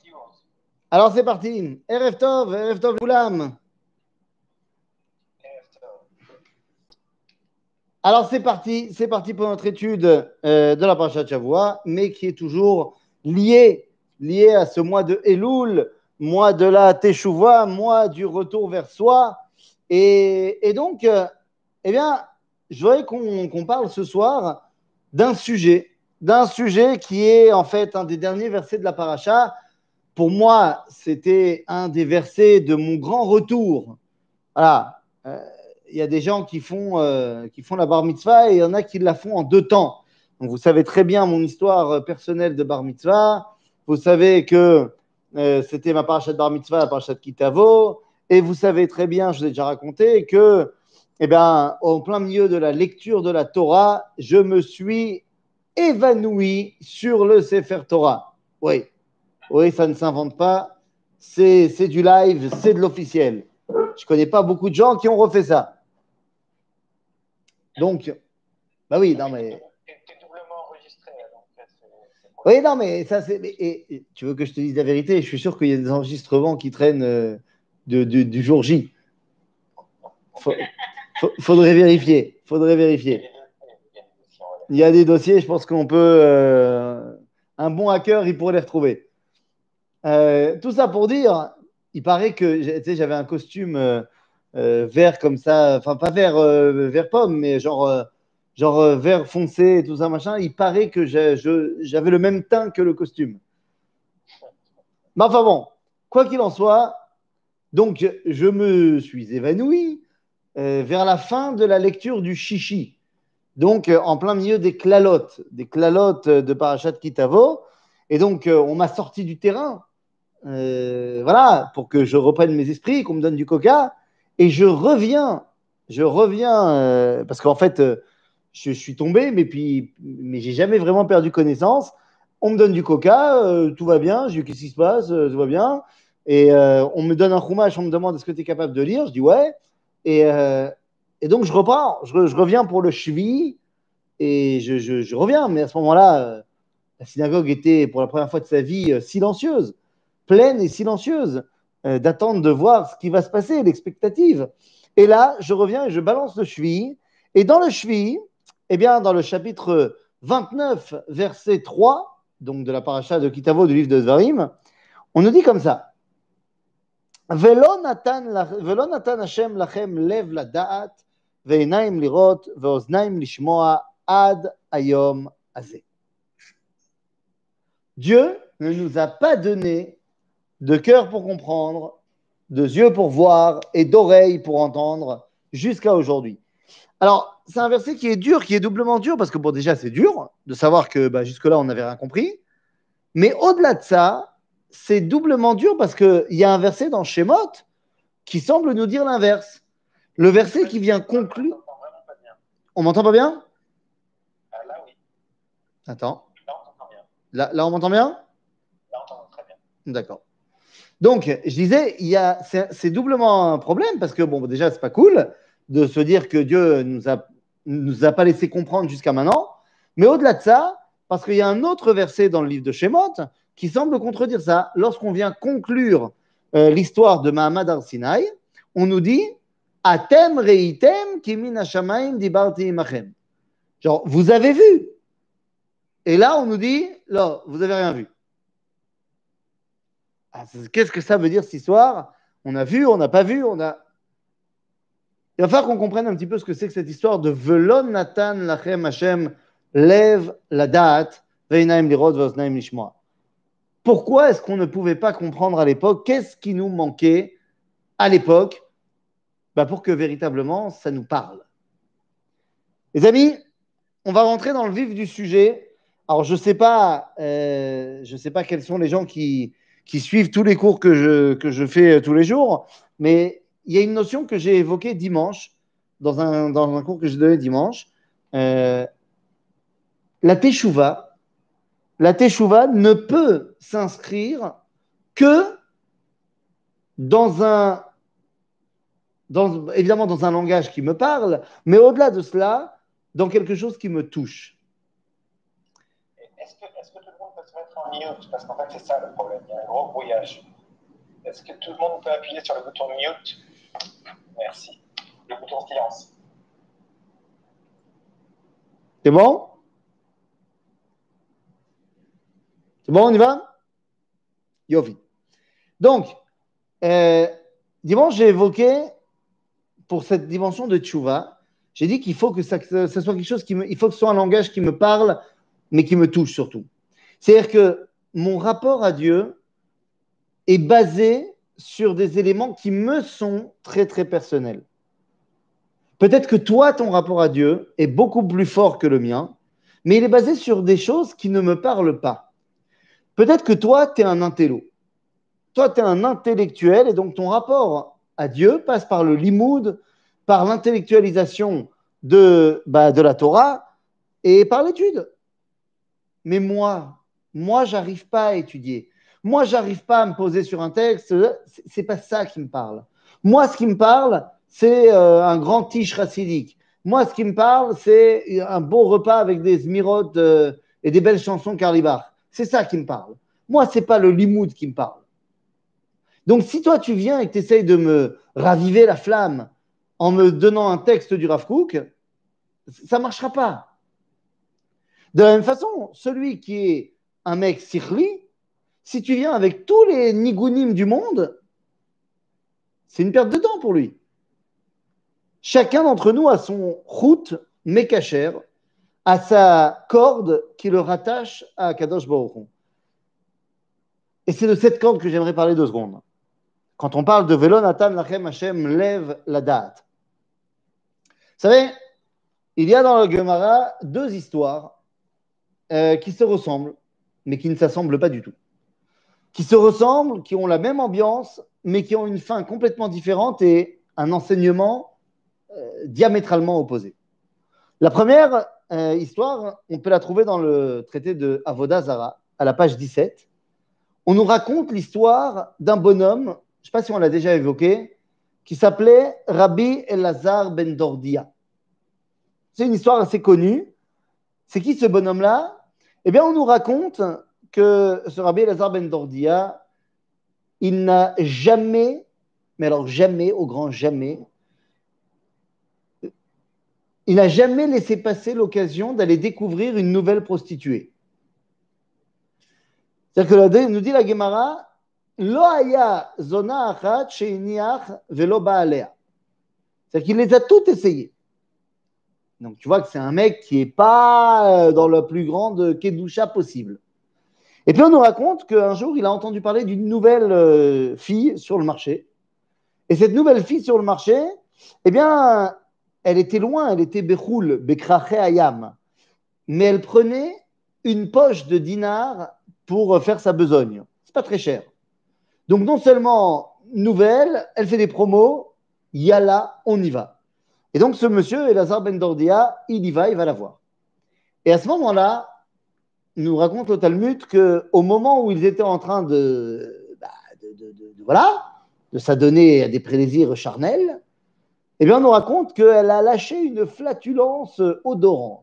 Alors c'est parti. Erev Tov Koulam. Alors c'est parti pour notre étude de la Parashat Shavua, mais qui est toujours liée à ce mois de Elul, mois de la Teshuvah, mois du retour vers soi. Et donc, eh bien, je voudrais qu'on parle ce soir d'un sujet qui est en fait un des derniers versets de la Parasha. Pour moi, c'était un des versets de mon grand retour. Voilà. Il y a des gens qui font la bar mitzvah et il y en a qui la font en 2 temps. Donc, vous savez très bien mon histoire personnelle de bar mitzvah. Vous savez que c'était ma parashat bar mitzvah, la parashat Kitavo. Et vous savez très bien, je l'ai déjà raconté, que, eh bien, en plein milieu de la lecture de la Torah, je me suis évanoui sur le Sefer Torah. Oui, ça ne s'invente pas. C'est du live, c'est de l'officiel. Je ne connais pas beaucoup de gens qui ont refait ça. Donc, bah oui, non mais. T'es doublement enregistré, donc Oui, non mais ça c'est. Et tu veux que je te dise la vérité? Je suis sûr qu'il y a des enregistrements qui traînent du jour J. Faudrait vérifier. Il y a des dossiers, je pense qu'on peut. Un bon hacker, il pourrait les retrouver. Tout ça pour dire, il paraît que tu sais, j'avais un costume vert comme ça, enfin pas vert pomme, mais genre vert foncé et tout ça, machin. Il paraît que j'avais le même teint que le costume. Mais enfin bon, quoi qu'il en soit, donc je me suis évanoui vers la fin de la lecture du Chichi. Donc en plein milieu des clalotes de Parashat Kitavo. Et donc on m'a sorti du terrain. Voilà, pour que je reprenne mes esprits, qu'on me donne du coca. Et je reviens, parce qu'en fait, je suis tombé, mais j'ai jamais vraiment perdu connaissance. On me donne du coca, tout va bien. Je dis, qu'est-ce qui se passe? Tout va bien. Et on me donne un chumash, on me demande, est-ce que tu es capable de lire? Je dis, ouais. Et, euh, et donc, je repars, je reviens pour le shvi, et je reviens. Mais à ce moment-là, la synagogue était, pour la première fois de sa vie, silencieuse, pleine et silencieuse, d'attendre de voir ce qui va se passer, l'expectative. Et là, je reviens et je balance le shvi. Et dans le shvi, eh bien, dans le chapitre 29, verset 3, donc de la paracha de Kitavo du livre de Dvarim, on nous dit comme ça. Velo natan Hashem lachem lev lada'at ve'enaim lirot ve'oznaim lishmoa ad hayom hazeh. Dieu ne nous a pas donné de cœur pour comprendre, de yeux pour voir et d'oreilles pour entendre jusqu'à aujourd'hui. Alors, c'est un verset qui est dur, qui est doublement dur, parce que bon, déjà, c'est dur de savoir que jusque-là, on n'avait rien compris. Mais au-delà de ça, c'est doublement dur parce qu'il y a un verset dans Shemot qui semble nous dire l'inverse. Le verset qui vient conclure. On m'entend pas bien? Là, oui. Attends. Là, on t'entend bien. Là, on m'entend bien? Là, on t'entend très bien. D'accord. Donc, je disais, c'est doublement un problème parce que, bon, déjà, c'est pas cool de se dire que Dieu nous a pas laissé comprendre jusqu'à maintenant. Mais au-delà de ça, parce qu'il y a un autre verset dans le livre de Shemot qui semble contredire ça. Lorsqu'on vient conclure l'histoire de Mahamad Arsinaï, on nous dit Atem reitem kimin hashamayim dibarti imachem. Genre, vous avez vu. Et là, on nous dit, là, vous avez rien vu. Qu'est-ce que ça veut dire cette histoire? On a vu, on n'a pas vu, on a. Il va falloir qu'on comprenne un petit peu ce que c'est que cette histoire de Velon Natan Lachem Hashem Lev Ladat Veinaim Lirot Veznaim Lishmoa. Pourquoi est-ce qu'on ne pouvait pas comprendre à l'époque? Qu'est-ce qui nous manquait à l'époque pour que véritablement ça nous parle? Les amis, on va rentrer dans le vif du sujet. Alors, je ne sais pas quels sont les gens qui suivent tous les cours que je fais tous les jours, mais il y a une notion que j'ai évoquée dimanche, dans un cours que j'ai donné dimanche. La teshuva ne peut s'inscrire que évidemment dans un langage qui me parle, mais au-delà de cela, dans quelque chose qui me touche. Est-ce que tout le monde peut se mettre en mute, parce qu'en fait, c'est ça le problème. Il y a un gros brouillage. Est-ce que tout le monde peut appuyer sur le bouton mute? Merci. Le bouton silence. C'est bon? C'est bon, on y va? Yofi. Donc, dimanche, j'ai évoqué, pour cette dimension de tchouva, j'ai dit qu'il faut que ça soit quelque chose il faut que ce soit un langage qui me parle, mais qui me touche surtout. C'est-à-dire que mon rapport à Dieu est basé sur des éléments qui me sont très, très personnels. Peut-être que toi, ton rapport à Dieu est beaucoup plus fort que le mien, mais il est basé sur des choses qui ne me parlent pas. Peut-être que toi, tu es un intello. Toi, tu es un intellectuel et donc ton rapport à Dieu passe par le limoud, par l'intellectualisation de la Torah et par l'étude. Mais moi, j'arrive pas à étudier. Moi, j'arrive pas à me poser sur un texte. C'est pas ça qui me parle. Moi, ce qui me parle, c'est un grand tiche chassidique. Moi, ce qui me parle, c'est un bon repas avec des zmirotes et des belles chansons Karlibar. C'est ça qui me parle. Moi, c'est pas le limoud qui me parle. Donc, si toi, tu viens et que tu essayes de me raviver la flamme en me donnant un texte du Rav Kook, ça ne marchera pas. De la même façon, celui qui est un mec sikhli, si tu viens avec tous les nigounim du monde, c'est une perte de temps pour lui. Chacun d'entre nous a son route mekacher, à sa corde qui le rattache à Kadosh Baruch Hu. Et c'est de cette corde que j'aimerais parler 2 secondes. Quand on parle de Velo Natan Lachem Hashem lève la date. Vous savez, il y a dans le Gemara 2 histoires qui se ressemblent, mais qui ne s'assemblent pas du tout. Qui se ressemblent, qui ont la même ambiance, mais qui ont une fin complètement différente et un enseignement diamétralement opposé. La première histoire, on peut la trouver dans le traité de Avodah Zara, à la page 17. On nous raconte l'histoire d'un bonhomme, je ne sais pas si on l'a déjà évoqué, qui s'appelait Rabbi Elazar ben Dordia. C'est une histoire assez connue. C'est qui ce bonhomme-là? Eh bien, on nous raconte que ce Rabbi Elazar ben Dordia, il n'a jamais, mais alors jamais, au grand jamais, il n'a jamais laissé passer l'occasion d'aller découvrir une nouvelle prostituée. C'est-à-dire que nous dit la Gemara, Lo haya zona achat sheiniach velo baalea. C'est-à-dire qu'il les a toutes essayées. Donc tu vois que c'est un mec qui n'est pas dans la plus grande kedusha possible. Et puis on nous raconte qu'un jour, il a entendu parler d'une nouvelle fille sur le marché. Et cette nouvelle fille sur le marché, eh bien, elle était loin, elle était Bechoul, Bekraché Ayam. Mais elle prenait une poche de dinars pour faire sa besogne. C'est pas très cher. Donc non seulement nouvelle, elle fait des promos, yalla, on y va. Et donc ce monsieur, Elazar ben Dordia, il y va, il va la voir. Et à ce moment-là, il nous raconte le Talmud qu'au moment où ils étaient en train de s'adonner à des plaisirs charnels, eh bien on nous raconte qu'elle a lâché une flatulence odorante.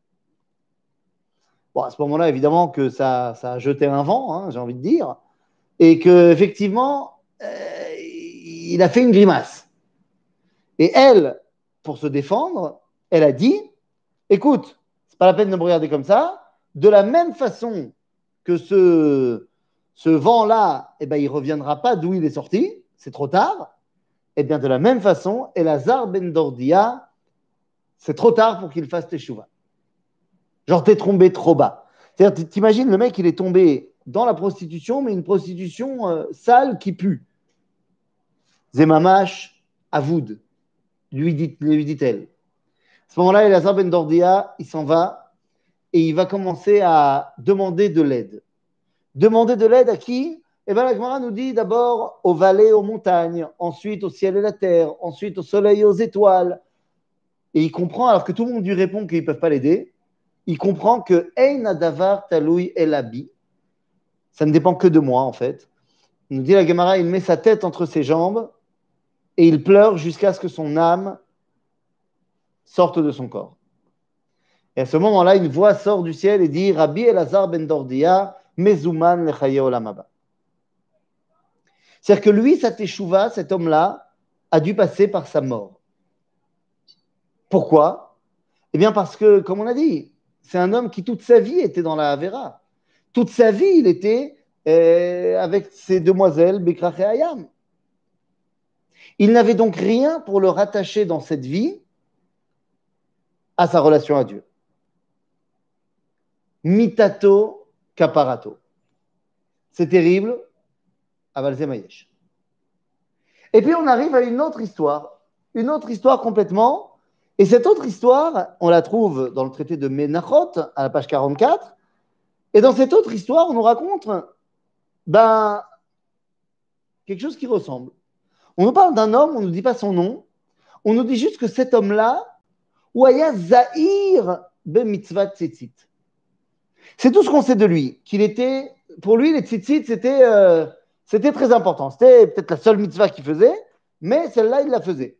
Bon, à ce moment-là, évidemment que ça a jeté un vent, hein, j'ai envie de dire, et qu'effectivement, il a fait une grimace. Et elle, pour se défendre, elle a dit, écoute, c'est pas la peine de me regarder comme ça, de la même façon que ce vent-là, eh ben, il ne reviendra pas d'où il est sorti, c'est trop tard, et bien de la même façon, Elazar ben Dordia, c'est trop tard pour qu'il fasse teshuva. Genre, t'es tombé trop bas. C'est-à-dire, t'imagines, le mec, il est tombé dans la prostitution, mais une prostitution sale qui pue. Zemamash Avoud, lui dit-elle. À ce moment-là, Elazar ben Dordia, il s'en va et il va commencer à demander de l'aide. Demander de l'aide à qui? Eh bien, la Gemara nous dit d'abord aux vallées, aux montagnes, ensuite au ciel et la terre, ensuite au soleil et aux étoiles. Et il comprend, alors que tout le monde lui répond qu'ils ne peuvent pas l'aider, il comprend que Ein Adavar Taloui Elabi, ça ne dépend que de moi en fait. Il nous dit la Gemara, il met sa tête entre ses jambes et il pleure jusqu'à ce que son âme sorte de son corps. Et à ce moment-là, une voix sort du ciel et dit Rabbi Elazar ben Dordia, mezuman lechaye olam haba. C'est-à-dire que lui, sa teshuva, cet homme-là, a dû passer par sa mort. Pourquoi? Eh bien parce que, comme on a dit, c'est un homme qui toute sa vie était dans la Havera. Toute sa vie, il était avec ces demoiselles, Bekrach et Hayam. Il n'avait donc rien pour le rattacher dans cette vie à sa relation à Dieu. Mitato kaparato. C'est terrible, aval zemayesh. Et puis on arrive à une autre histoire complètement. Et cette autre histoire, on la trouve dans le traité de Menachot, à la page 44. Et dans cette autre histoire, on nous raconte quelque chose qui ressemble. On nous parle d'un homme, on ne nous dit pas son nom, on nous dit juste que cet homme-là, Ouaya Zahir ben mitzvah tzitzit. C'est tout ce qu'on sait de lui, qu'il était, pour lui, les tzitzit, c'était très important. C'était peut-être la seule mitzvah qu'il faisait, mais celle-là, il la faisait.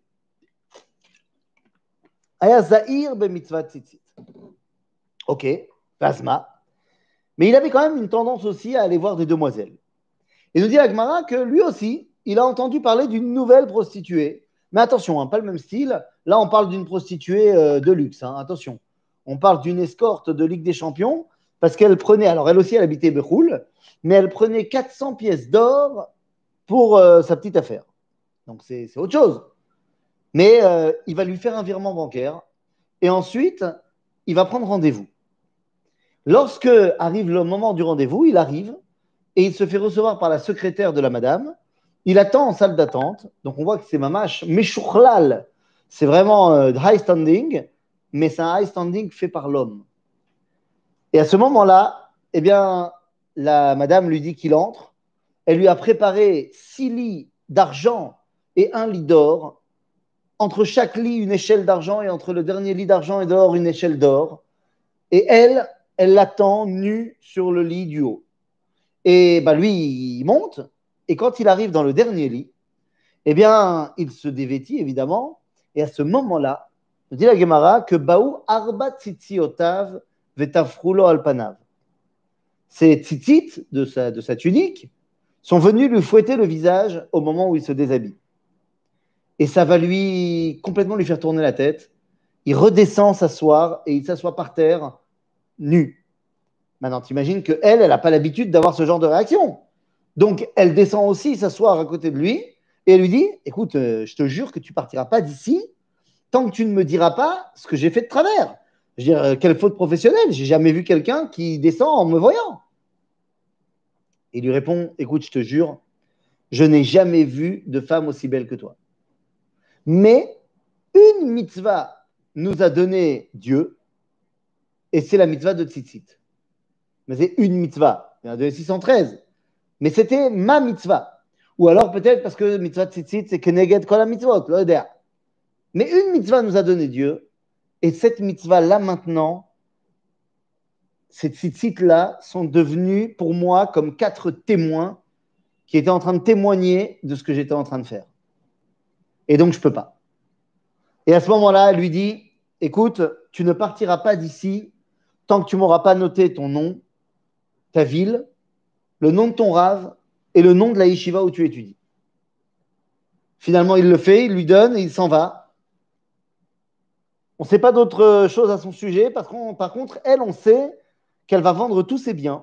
Aya Zahir ben mitzvah tzitzit. Ok, plasma. Mais il avait quand même une tendance aussi à aller voir des demoiselles. Et nous dit la Gemara que lui aussi, il a entendu parler d'une nouvelle prostituée. Mais attention, pas le même style. Là, on parle d'une prostituée de luxe. Attention. On parle d'une escorte de Ligue des Champions parce qu'elle prenait, alors elle aussi, elle habitait Bechoul, mais elle prenait 400 pièces d'or pour sa petite affaire. Donc, c'est autre chose. Mais il va lui faire un virement bancaire et ensuite, il va prendre rendez-vous. Lorsque arrive le moment du rendez-vous, il arrive et il se fait recevoir par la secrétaire de la madame. Il attend en salle d'attente. Donc, on voit que c'est mamash meshouchlal. C'est vraiment high standing, mais c'est un high standing fait par l'homme. Et à ce moment-là, eh bien, la madame lui dit qu'il entre. Elle lui a préparé 6 lits d'argent et 1 lit d'or. Entre chaque lit, une échelle d'argent et entre le dernier lit d'argent et d'or, une échelle d'or. Et elle l'attend nue sur le lit du haut. Et lui, il monte. Et quand il arrive dans le dernier lit, eh bien, il se dévêtit, évidemment. Et à ce moment-là, dit la Gemara que Baou arba tzitziotav vetafrulo alpanav. Ces tzitzit de sa tunique sont venus lui fouetter le visage au moment où il se déshabille. Et ça va complètement lui faire tourner la tête. Il redescend s'asseoir et il s'assoit par terre, nu. Maintenant, t'imagines qu'elle n'a pas l'habitude d'avoir ce genre de réaction. Donc, elle descend aussi s'asseoir à côté de lui et elle lui dit, écoute, je te jure que tu partiras pas d'ici tant que tu ne me diras pas ce que j'ai fait de travers. Je veux dire, quelle faute professionnelle. J'ai jamais vu quelqu'un qui descend en me voyant. Il lui répond, écoute, je te jure, je n'ai jamais vu de femme aussi belle que toi. Mais une mitzvah nous a donné Dieu et c'est la mitzvah de tzitzit. Mais c'est une mitzvah. Il y en a donné 613. Mais c'était ma mitzvah. Ou alors peut-être parce que mitzvah tzitzit, c'est keneged kol mitzvot. Mais une mitzvah nous a donné Dieu. Et cette mitzvah-là, maintenant, ces tzitzit-là sont devenus pour moi comme 4 témoins qui étaient en train de témoigner de ce que j'étais en train de faire. Et donc, je ne peux pas. Et à ce moment-là, elle lui dit, écoute, tu ne partiras pas d'ici tant que tu ne m'auras pas noté ton nom, ta ville, le nom de ton rave et le nom de la yeshiva où tu étudies. Finalement, il le fait, il lui donne et il s'en va. On ne sait pas d'autre chose à son sujet, parce qu'on, par contre, elle, on sait qu'elle va vendre tous ses biens.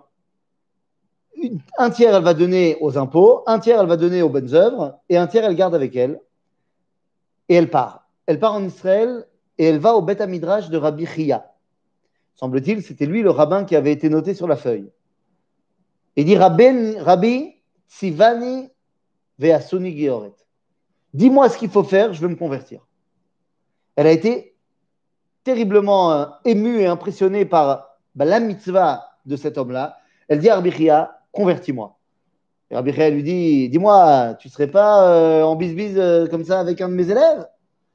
Un tiers, elle va donner aux impôts, un tiers, elle va donner aux bonnes œuvres, et un tiers, elle garde avec elle. Et elle part. Elle part en Israël et elle va au Beth Midrash de Rabbi Chia. Semble-t-il, c'était lui le rabbin qui avait été noté sur la feuille. Il dit Rabbi Sivani ve'asuni georet. Dis-moi ce qu'il faut faire, je veux me convertir. Elle a été terriblement émue et impressionnée par la mitzvah de cet homme-là. Elle dit à Rabbi Chia, convertis-moi. Et Rabbi Chia lui dit, dis-moi, tu ne serais pas en bisbise comme ça avec un de mes élèves?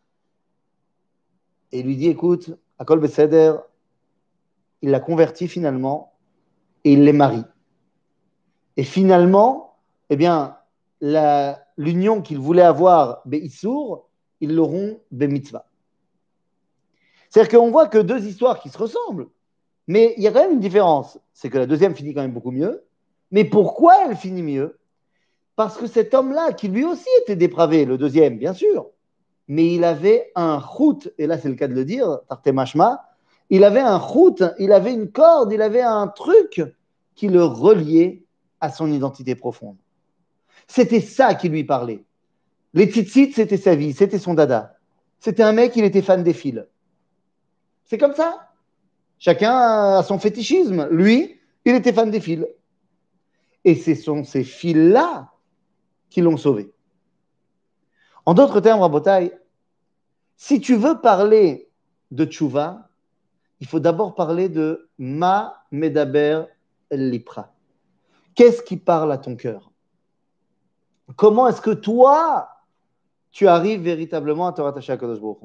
Et il lui dit, écoute, Akol Beseder, il l'a converti finalement et il les marie. Et finalement, eh bien, l'union qu'il voulait avoir, Be'issour, ils l'auront Be'mitzvah. C'est-à-dire qu'on voit que 2 histoires qui se ressemblent, mais il y a quand même une différence. C'est que la deuxième finit quand même beaucoup mieux, Mais pourquoi elle finit mieux? Parce que cet homme-là, qui lui aussi était dépravé, le deuxième, bien sûr, mais il avait un chout, et là c'est le cas de le dire, Tarté Mashma, il avait un chout, il avait une corde, il avait un truc qui le reliait à son identité profonde. C'était ça qui lui parlait. Les tzitzit, c'était sa vie, c'était son dada. C'était un mec, il était fan des fils. C'est comme ça. Chacun a son fétichisme. Lui, il était fan des fils. Et ce sont ces fils-là qui l'ont sauvé. En d'autres termes, Rabotai, si tu veux parler de tchouva, il faut d'abord parler de ma medaber lipra. Qu'est-ce qui parle à ton cœur? Comment est-ce que toi, tu arrives véritablement à te rattacher à Kadosh Baruch Hu?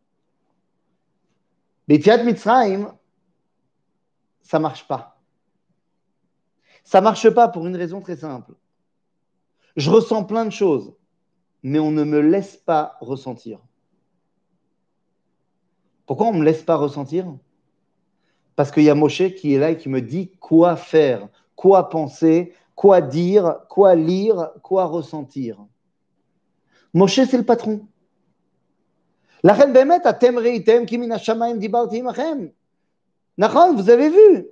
B'Yetziat Mitzrayim, ça ne marche pas. Ça ne marche pas pour une raison très simple. Je ressens plein de choses, mais on ne me laisse pas ressentir. Pourquoi on ne me laisse pas ressentir? Parce qu'il y a Moshe qui est là et qui me dit quoi faire, quoi penser, quoi dire, quoi lire, quoi ressentir. Moshe, c'est le patron. Lachem bemet atem reitem ki min hashamayim dibarti imachem. Nachon, vous avez vu.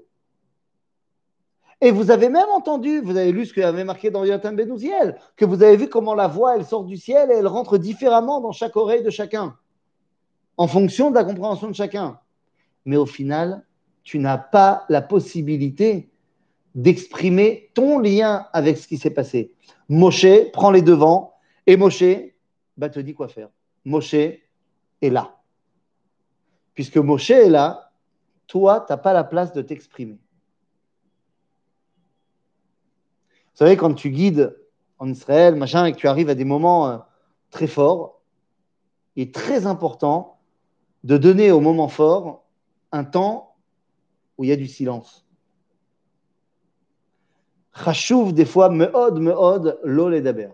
Et vous avez même entendu, vous avez lu ce qu'il avait marqué dans Yotam Benouziel, que vous avez vu comment la voix, elle sort du ciel et elle rentre différemment dans chaque oreille de chacun, en fonction de la compréhension de chacun. Mais au final, tu n'as pas la possibilité d'exprimer ton lien avec ce qui s'est passé. Moshe prend les devants et Moshe te dit quoi faire. Moshe est là. Puisque Moshe est là, toi, tu n'as pas la place de t'exprimer. Vous savez, quand tu guides en Israël, machin, et que tu arrives à des moments très forts, il est très important de donner au moment fort un temps où il y a du silence. Chachouv, des fois, meod, lo ledaber.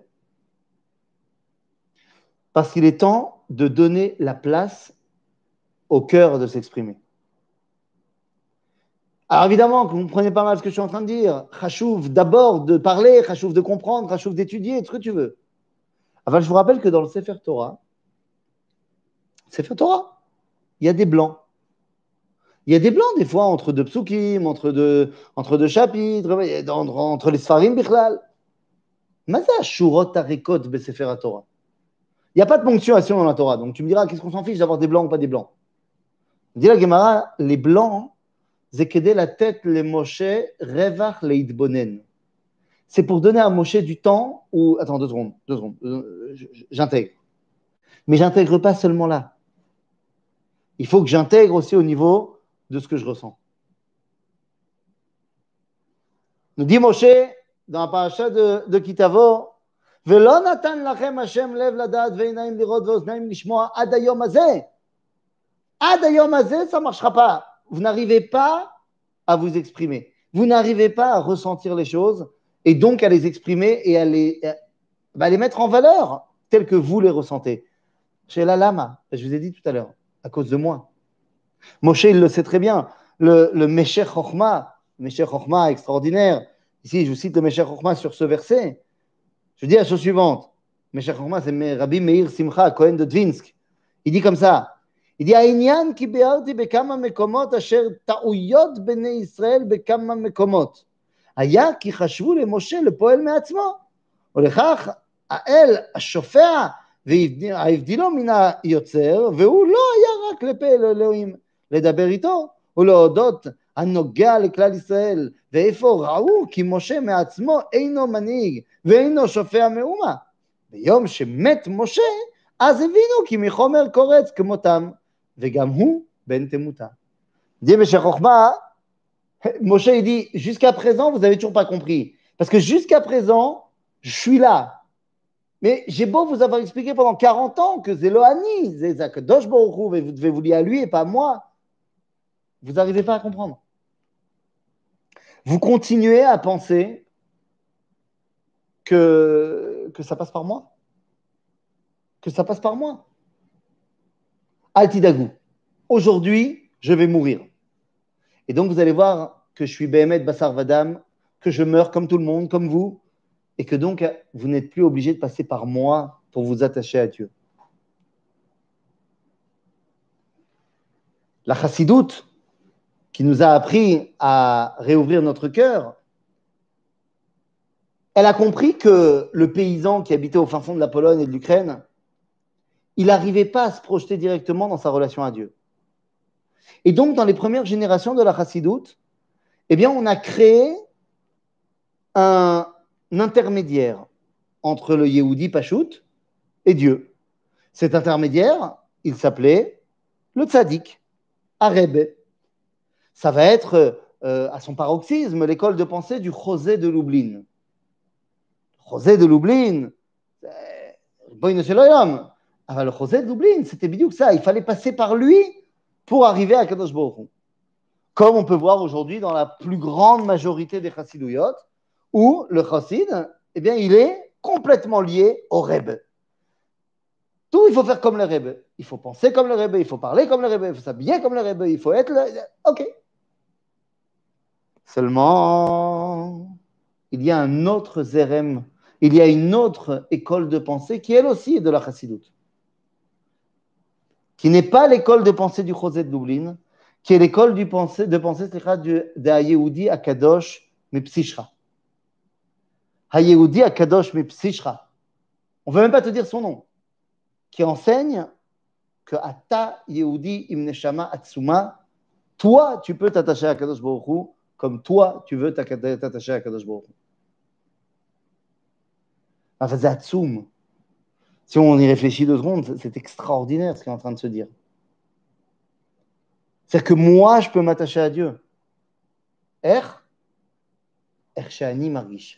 Parce qu'il est temps de donner la place au cœur de s'exprimer. Alors évidemment, vous comprenez pas mal ce que je suis en train de dire. Chachouv, d'abord de parler, chachouv de comprendre, chachouv d'étudier, ce que tu veux. Enfin, je vous rappelle que dans le Sefer Torah, il y a des blancs. Il y a des blancs, des fois, entre deux psukim, entre deux chapitres, entre les Sfarim, Bichlal. Maza Shurot Arekot Besefer Torah. Il n'y a pas de ponctuation dans la Torah. Donc tu me diras, qu'est-ce qu'on s'en fiche d'avoir des blancs ou pas des blancs? Dit la Gemara, les blancs, Zekede la tête, les Moshe, Revach Leitbonen. C'est pour donner à Moshe du temps où. Attends, deux secondes. J'intègre. Mais j'intègre pas seulement là. Il faut que j'intègre aussi au niveau de ce que je ressens. Nous dit Moshe dans la paracha de Kitavo, Velo natan lachem Hashem lev ladat ve'inaim lirot ve'oznaim lishmoa ad hayom hazeh. Ad hayom hazeh, ça ne marchera pas. Vous n'arrivez pas à vous exprimer. Vous n'arrivez pas à ressentir les choses et donc à les exprimer et à les mettre en valeur telles que vous les ressentez. Chez la lama, je vous ai dit tout à l'heure, à cause de moi. Moshe, il le sait très bien. Le Meshech Chochma extraordinaire. Ici, je vous cite le Meshech Chochma sur ce verset. Je dis la chose suivante. Meshech Chochma, c'est Rabbi Meir Simcha, Cohen de Dvinsk. Il dit comme ça. Il dit, העניין כי ביארתי בכמה מקומות אשר טעויות בני ישראל בכמה מקומות. היה כי חשבו למשה לפועל מעצמו. ולכך האל השופע והבדילו מן היוצר, והוא לא היה רק לפה לאלוהים לדבר איתו ולהודות הנוגע לכלל ישראל. ואיפה ראו כי משה מעצמו אינו מנהיג ואינו שופע מאומה. ביום שמת משה, אז הבינו כי מחומר קורץ כמותם. וגם הוא בן תמותה. Dit Meshech Chochma, Moshe il dit, jusqu'à présent, vous n'avez toujours pas compris. Parce que jusqu'à présent, je suis là. Mais j'ai beau vous avoir expliqué pendant 40 ans que Zélohani, Zézak Dosh Baruch Hu, et vous devez vous lier à lui et pas à moi. Vous n'arrivez pas à comprendre. Vous continuez à penser que ça passe par moi. Que ça passe par moi. Altidagou. Aujourd'hui, je vais mourir. Et donc, vous allez voir que je suis Behemet Bassar Vadam, que je meurs comme tout le monde, comme vous, et que donc vous n'êtes plus obligé de passer par moi pour vous attacher à Dieu. La chassidoute, qui nous a appris à réouvrir notre cœur, elle a compris que le paysan qui habitait au fin fond de la Pologne et de l'Ukraine, il n'arrivait pas à se projeter directement dans sa relation à Dieu. Et donc, dans les premières générations de la chassidoute, eh bien, on a créé un intermédiaire entre le Yehudi Pachout et Dieu. Cet intermédiaire, il s'appelait le tzaddik, Arebe. Ça va être, à son paroxysme, l'école de pensée du José de Lublin. José de Lublin, Boïne Sheloyam. Ah, le José de Lublin, c'était bidou que ça. Il fallait passer par lui pour arriver à Kadosh Baruch Hu. Comme on peut voir aujourd'hui dans la plus grande majorité des chassidouyot, où le chassid, eh bien, il est complètement lié au Rebbe. Tout, il faut faire comme le Rebbe. Il faut penser comme le Rebbe, il faut parler comme le Rebbe, il faut s'habiller comme le Rebbe, il faut être le... OK. Seulement, il y a un autre zérem, il y a une autre école de pensée qui, elle aussi, est de la chassidoute, qui n'est pas l'école de pensée du José de Dublin, qui est l'école de pensée de Hayehudi Akadosh Mipsishra. Hayehudi Akadosh Mipsishra. On ne veut même pas te dire son nom. Qui enseigne que Ata Yehudi Imneshama Atsuma, toi, tu peux t'attacher à Kadosh Baruch Hu comme toi, tu veux t'attacher à Kadosh Baruch Hu. Enfin, c'est Atsum. Si on y réfléchit 2 secondes, c'est extraordinaire ce qu'il est en train de se dire. C'est-à-dire que moi, je peux m'attacher à Dieu. Shani Margish.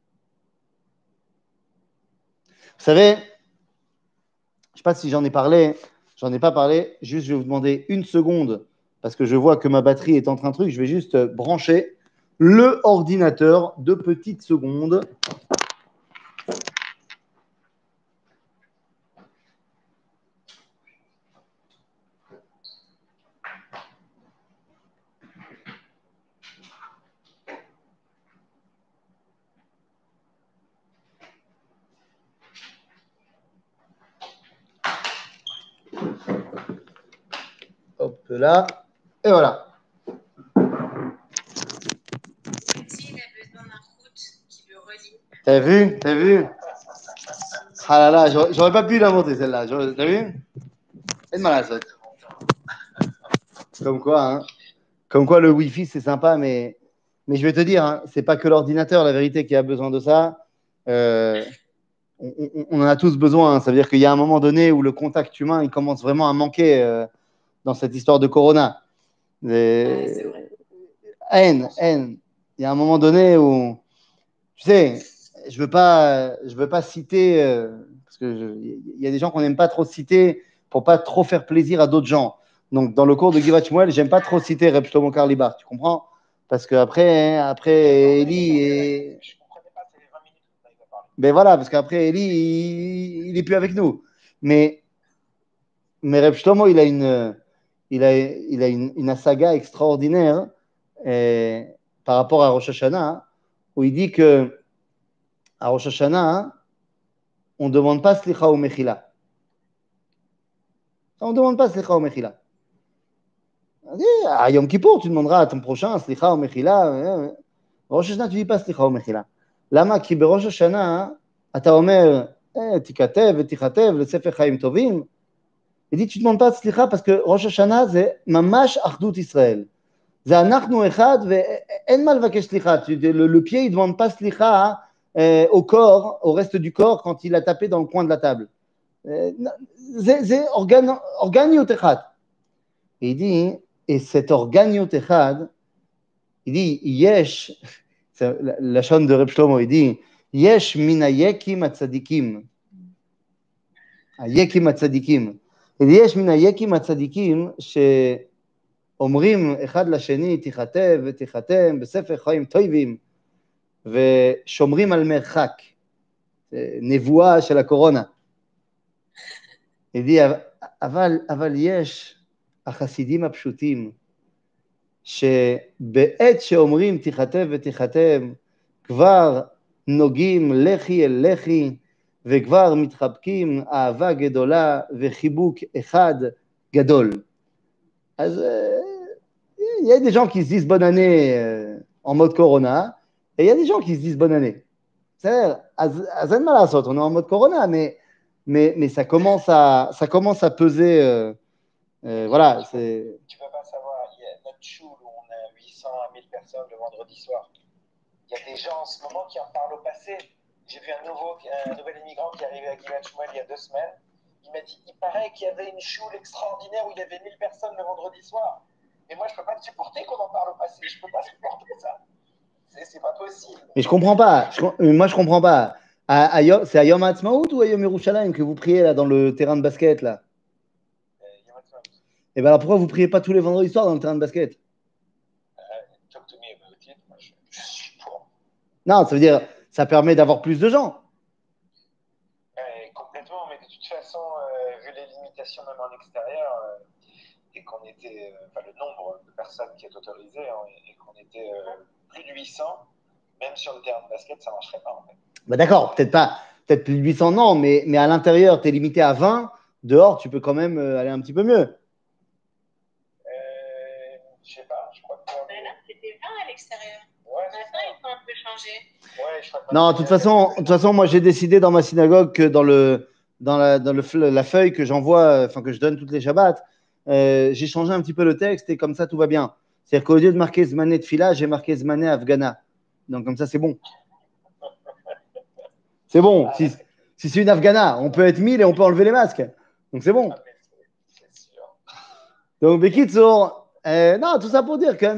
Vous savez, je ne sais pas si j'en ai parlé, j'en ai pas parlé, juste je vais vous demander 1 seconde, parce que je vois que ma batterie est en train de truc, je vais juste brancher le ordinateur 2 petites secondes. Hop là, et voilà. T'as vu? T'as vu? Ah là là, j'aurais pas pu l'inventer celle-là. T'as vu? C'est mal à Comme quoi, hein? Comme quoi le Wi-Fi c'est sympa, mais je vais te dire, hein, c'est pas que l'ordinateur, la vérité, qui a besoin de ça. On en a tous besoin. Hein. Ça veut dire qu'il y a un moment donné où le contact humain il commence vraiment à manquer dans cette histoire de Corona. Haine. Il y a un moment donné où, tu sais, je veux pas citer, parce que il y a des gens qu'on n'aime pas trop citer pour pas trop faire plaisir à d'autres gens. Donc, dans le cours de Givat Shmuel, j'aime pas trop citer Reb Shlomo Karlibar, tu comprends? Parce qu'après, après Eli et... Je ne comprenais pas, c'est les 20 minutes que tu avais parlé. Ben voilà, parce qu'après Eli, il est plus avec nous. Mais Reb Shlomo, il a une saga extraordinaire par rapport à Rosh Hashanah, où il dit que à Rosh Hashanah, on ne demande pas Slicha ou Mechila. On ne demande pas Slicha ou Mechila. À Yom Kippour, tu demanderas à ton prochain Slicha ou Mechila. Rosh Hashanah, tu ne dis pas Slicha ou Mechila. Lama ki berosh Hashanah, אתה אומר, תיכתב ותיכתב לספר חיים טובים. Il dit, tu ne demandes pas Slicha parce que Rosh Hashanah, c'est mamash Achdut Israël. C'est אנחנו אחד ואין מה לבקש סליחה. Le pied, il ne demande pas Slicha au corps, au reste du corps, quand il a tapé dans le coin de la table. C'est organiot echad. Et il dit, et cet organiot echad, il dit, yesh, c'est la chaîne de Reb Shlomo, il dit, yesh min hayekim hatzadikim. Hayekim hatzadikim. Il dit, yesh min hayekim hatzadikim, שאומרים אחד לשני, תיכתב ותיחתם בספר חיים טובים, ושומרים על מרחק. נבואה של הקורונה. il dit, אבל יש החסידים הפשוטים, שבעת שאומרים תיכתב ותיחתם, כבר נוגעים לחי אל לחי, וכבר מתחבקים אהבה גדולה וחיבוק אחד גדול. אז il y a des gens qui se disent bonne année en mode Corona, et il y a des gens qui se disent bonne année. בסדר? אז אין מה לעשות, on est en mode Corona, mais ça commence à peser. Voilà, c'est... Tu peux pas savoir, il y a notre choule où on a 800 à 1000 personnes le vendredi soir. Il y a des gens en ce moment qui en parlent au passé. J'ai vu un nouvel immigrant qui est arrivé à Givat Shmuel il y a 2 semaines. Il m'a dit, il paraît qu'il y avait une choule extraordinaire où il y avait 1000 personnes le vendredi soir. Et moi, je ne peux pas supporter qu'on en parle au passé. Je ne peux pas supporter ça. C'est pas possible. Mais je comprends pas. Moi, je comprends pas. C'est à Yom Ha'atzmaut ou à Yom Yerushalayim que vous priez là dans le terrain de basket là? Yom Ha'atzmaut. Et bien alors pourquoi vous priez pas tous les vendredis soirs dans le terrain de basket? Talk to me about it. Moi, je suis pour. Non, ça veut dire ça permet d'avoir plus de gens. Complètement, mais de toute façon, vu les limitations même en extérieur, et qu'on était, le nombre de personnes qui est autorisé, et qu'on était plus de 800, même sur le terrain de basket, ça ne marcherait pas en fait. Bah d'accord, peut-être plus de 800, non, mais à l'intérieur, tu es limité à 20. Dehors, tu peux quand même aller un petit peu mieux. Je sais pas, je crois que. Là, c'était 20 à l'extérieur. Ouais, maintenant, ils ont un peu changé. Ouais, je crois que non, de toute façon, moi, j'ai décidé dans ma synagogue que dans la feuille que j'envoie, enfin que je donne toutes les Shabbats, j'ai changé un petit peu le texte et comme ça, tout va bien. C'est-à-dire qu'au lieu de marquer Zmané Tfila, j'ai marqué Zmané Afghana. Donc comme ça, c'est bon. C'est bon. Si c'est une Afghana, on peut être 1000 et on peut enlever les masques. Donc c'est bon. C'est sûr. Donc, Bekitsour, non, tout ça pour dire que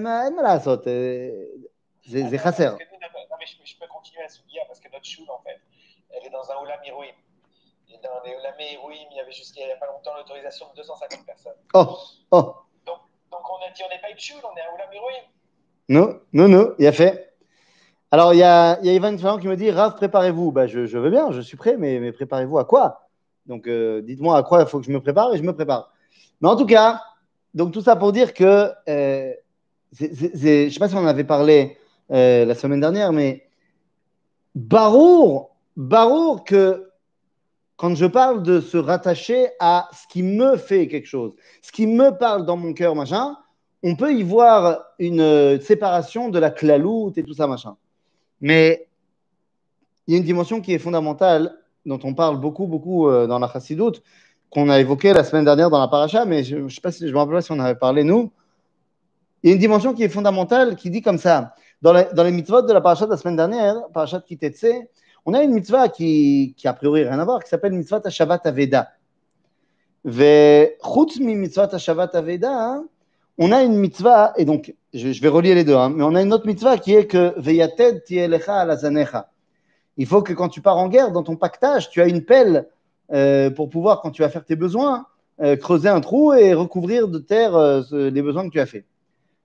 c'est chasser. Non, mais je peux continuer à souligner parce que notre choule, en fait, elle est dans un Olam Irouim. Et dans les Olam Irouim, il y avait jusqu'à il n'y a pas longtemps l'autorisation de 250 personnes. Oh. Donc on a dit, on n'est pas une choule, on est un Olam Irouim. Non, il a fait. Alors, il y a Ivan Fernand qui me dit, Rav, préparez-vous. Bah, je veux bien, je suis prêt, mais préparez-vous à quoi? Donc, dites-moi à quoi il faut que je me prépare et je me prépare. Mais en tout cas, donc tout ça pour dire que, je ne sais pas si on en avait parlé la semaine dernière, mais Barour que quand je parle de se rattacher à ce qui me fait quelque chose, ce qui me parle dans mon cœur, machin, on peut y voir une séparation de la claloute et tout ça, machin. Mais il y a une dimension qui est fondamentale, dont on parle beaucoup dans la Chassidoute, qu'on a évoqué la semaine dernière dans la paracha, mais je ne sais pas si je me rappelle pas si on avait parlé, nous. Il y a une dimension qui est fondamentale, qui dit comme ça, dans les mitzvot de la paracha de la semaine dernière, paracha de Kitetse, on a une mitzvah qui a priori rien à voir, qui s'appelle mitzvah Shabbat Aveda. Chutz mi mitzvah Shabbat Aveda, on a une mitzvah, et donc je vais relier les deux, mais on a une autre mitzvah qui est que Veyated tielecha alazanecha. Il faut que quand tu pars en guerre, dans ton pactage, tu as une pelle pour pouvoir, quand tu vas faire tes besoins, creuser un trou et recouvrir de terre les besoins que tu as faits.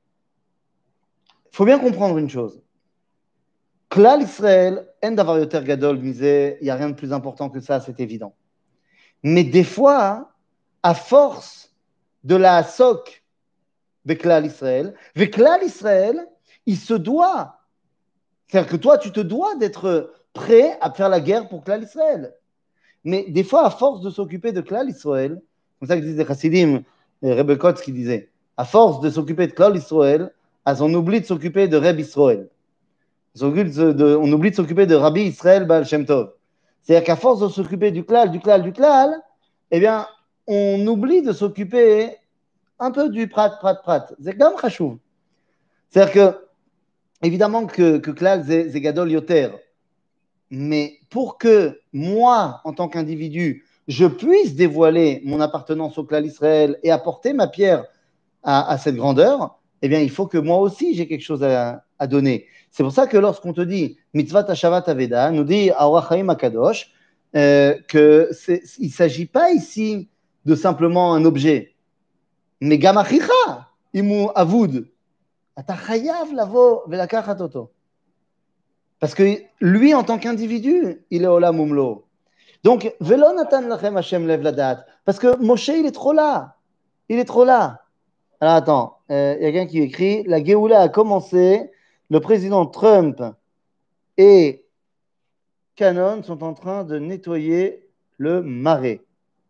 Il faut bien comprendre une chose. Klal Israël, en davar yoter gadol, disait, il n'y a rien de plus important que ça, c'est évident. Mais des fois, à force de la hasok de Klal Israël, il se doit, c'est-à-dire que toi, tu te dois d'être prêt à faire la guerre pour Klal Israël. Mais des fois, à force de s'occuper de Klal Israël, c'est ça que disent les Chassidim, Rebbe Kotz qui disait, à force de s'occuper de Klal Israël, on oublie de s'occuper de Reb Israël. On oublie de s'occuper de Rabbi Israël Baal Shem Tov. C'est-à-dire qu'à force de s'occuper du klal, eh bien, on oublie de s'occuper un peu du prat. C'est quand même chachouv. C'est-à-dire que, évidemment que klal, c'est gadol yoter. Mais pour que moi, en tant qu'individu, je puisse dévoiler mon appartenance au klal Israël et apporter ma pierre à cette grandeur, eh bien, il faut que moi aussi, j'ai quelque chose à donner. C'est pour ça que lorsqu'on te dit mitzvah tashavat aveda, nous dit Aorach Chaim Akadosh, qu'il ne s'agit pas ici de simplement un objet. Mais gamachicha, imu avoud, ata chayav lavo velakachat oto. Parce que lui, en tant qu'individu, il est olam umlo. Donc, velo natan lachem Hashem lev ladat. Parce que Moshe, il est trop là. Alors attends, il y a quelqu'un qui écrit la Géoula a commencé, le président Trump et Canon sont en train de nettoyer le marais.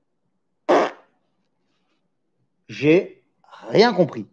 J'ai rien compris.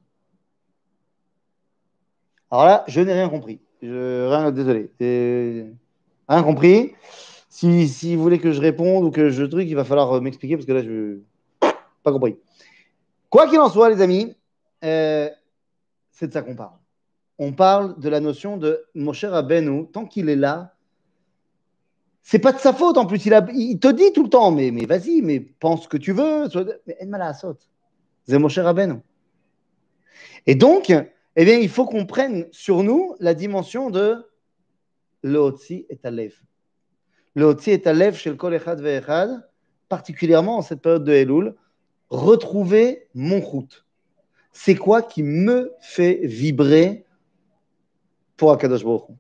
Alors là, je n'ai rien compris. Désolé. Rien compris. Si vous voulez que je réponde ou que je truc, il va falloir m'expliquer parce que là, je n'ai pas compris. Quoi qu'il en soit, les amis, c'est de ça qu'on parle. On parle de la notion de Moshe Rabbeinu. Tant qu'il est là, c'est pas de sa faute en plus. Il te dit tout le temps, mais vas-y, mais pense ce que tu veux. Mais elle saute. C'est Moshe Rabbeinu. Et donc, eh bien, il faut qu'on prenne sur nous la dimension de Leotzi et Alev. Leotzi et Alev chez le Kol Echad Ve'echad, particulièrement en cette période de Elul, retrouver mon route. C'est quoi qui me fait vibrer pour Akadosh Baruch Hu?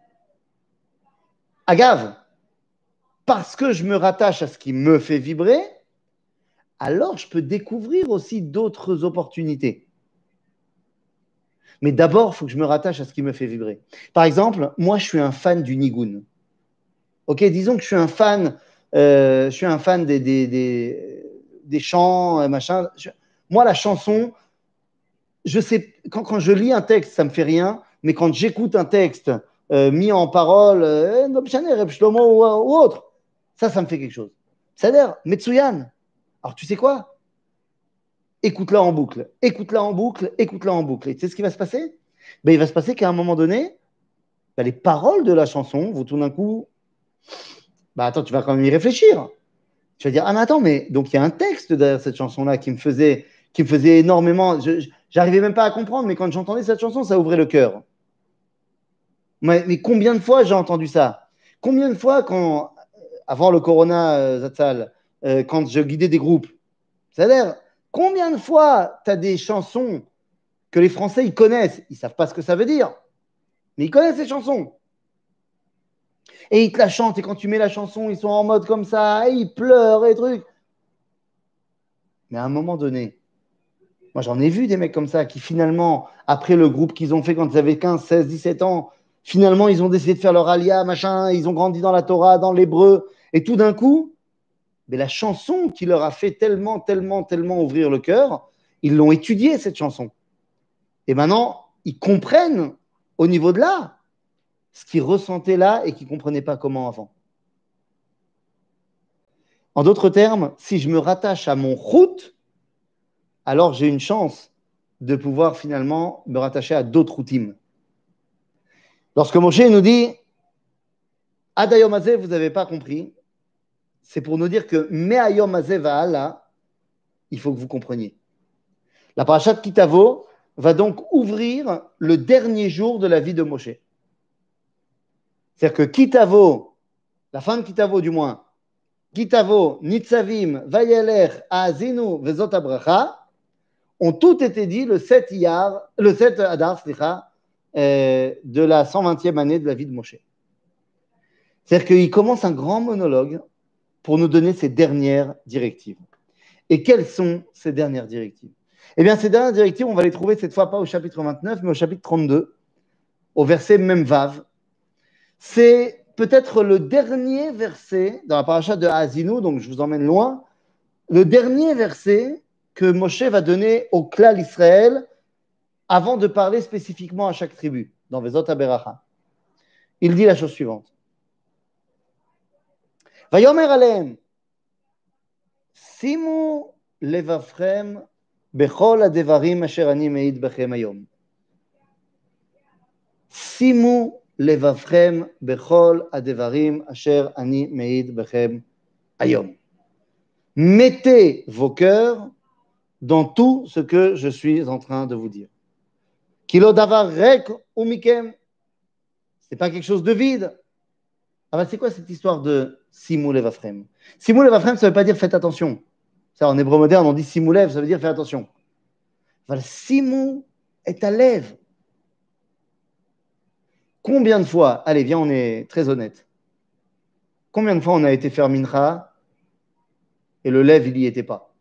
Agave, parce que je me rattache à ce qui me fait vibrer, alors je peux découvrir aussi d'autres opportunités. Mais d'abord, il faut que je me rattache à ce qui me fait vibrer. Par exemple, moi, je suis un fan du Nigun. Ok, disons que je suis un fan des chants, machin. Moi, la chanson, je sais, quand je lis un texte, ça me fait rien, mais quand j'écoute un texte mis en parole, Reb Shlomo ou autre, ça me fait quelque chose. C'est-à-dire, Metsuyan. Alors, tu sais quoi? Écoute-la en boucle, écoute-la en boucle, écoute-la en boucle. Et tu sais ce qui va se passer? Ben, il va se passer qu'à un moment donné, ben, les paroles de la chanson vont tout d'un coup. Bah attends, tu vas quand même y réfléchir. Tu vas dire, ah mais attends, mais donc il y a un texte derrière cette chanson-là qui me faisait énormément. J'arrivais même pas à comprendre, mais quand j'entendais cette chanson, ça ouvrait le cœur. Mais combien de fois j'ai entendu ça? Combien de fois, avant le Corona, Zatzal, quand je guidais des groupes, c'est-à-dire, combien de fois tu as des chansons que les Français, ils connaissent, ils savent pas ce que ça veut dire, mais ils connaissent ces chansons. Et ils te la chantent, et quand tu mets la chanson, ils sont en mode comme ça, et ils pleurent et trucs. Mais à un moment donné, moi j'en ai vu des mecs comme ça qui finalement, après le groupe qu'ils ont fait quand ils avaient 15, 16, 17 ans, finalement ils ont décidé de faire leur alia, machin, ils ont grandi dans la Torah, dans l'hébreu, et tout d'un coup, mais la chanson qui leur a fait tellement, tellement, tellement ouvrir le cœur, ils l'ont étudiée cette chanson. Et maintenant, ils comprennent au niveau de là ce qu'ils ressentaient là et qu'ils ne comprenaient pas comment avant. En d'autres termes, si je me rattache à mon route, alors j'ai une chance de pouvoir finalement me rattacher à d'autres routines. Lorsque Moshe nous dit Adayom Hazeh, vous n'avez pas compris, c'est pour nous dire que Me'ayom Hazeh Va'ala, il faut que vous compreniez. La parashat Kitavo va donc ouvrir le dernier jour de la vie de Moshe. C'est-à-dire que Kitavo, la fin de Kitavo du moins, Kitavo, Nitzavim, Vayeler, Azinu, Vezot Abracha, ont tout été dit le 7 Adar, de la 120e année de la vie de Moshe. C'est-à-dire qu'il commence un grand monologue pour nous donner ses dernières directives. Et quelles sont ces dernières directives? Eh bien, ces dernières directives, on va les trouver cette fois pas au chapitre 29, mais au chapitre 32, au verset même Vav. C'est peut-être le dernier verset dans la paracha de Haazinu, donc je vous emmène loin, le dernier verset que Moshe va donner au clan d'Israël avant de parler spécifiquement à chaque tribu, dans Vezot HaBeracha. Il dit la chose suivante. Vayomer alehem, simu levavchem bechol hadevarim asher ani meid bechem hayom. Simu levavchem bechol hadevarim asher ani meid bechem hayom. Mettez vos cœurs dans tout ce que je suis en train de vous dire. Kilo davar rek umikem. C'est pas quelque chose de vide. Ah ben c'est quoi cette histoire de Simou Levafrem? Simou Levafrem, ça ne veut pas dire faites attention. Ça, en hébreu moderne, on dit Simou Lev, ça veut dire faites attention. Voilà, Simou est à lèvres. Combien de fois, allez, viens, on est très honnête. Combien de fois on a été faire Mincha et le lève, il n'y était pas?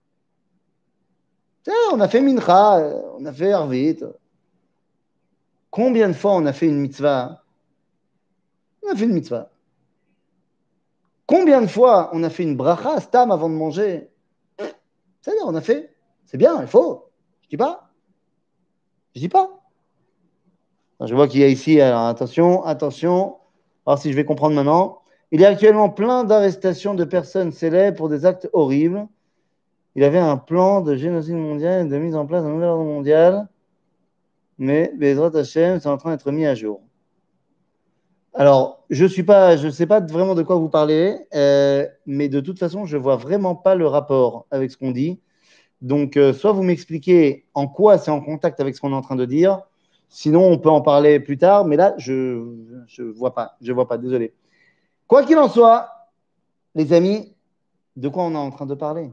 On a fait Mincha, on a fait Arvit. Combien de fois on a fait une mitzvah On a fait une mitzvah. Combien de fois on a fait une bracha, stam, avant de manger? C'est-à-dire, on a fait. C'est bien, il faut. Je dis pas. Je dis pas. Alors, je vois qu'il y a ici, alors attention, attention. Alors si je vais comprendre maintenant. Il y a actuellement plein d'arrestations de personnes célèbres pour des actes horribles. Il avait un plan de génocide mondial et de mise en place d'un nouvel ordre mondial. Mais Bezrat Hashem, c'est en train d'être mis à jour. Alors, je ne sais pas vraiment de quoi vous parlez, mais de toute façon, je ne vois vraiment pas le rapport avec ce qu'on dit. Donc, soit vous m'expliquez en quoi c'est en contact avec ce qu'on est en train de dire, sinon on peut en parler plus tard, mais là, je vois pas, désolé. Quoi qu'il en soit, les amis, de quoi on est en train de parler?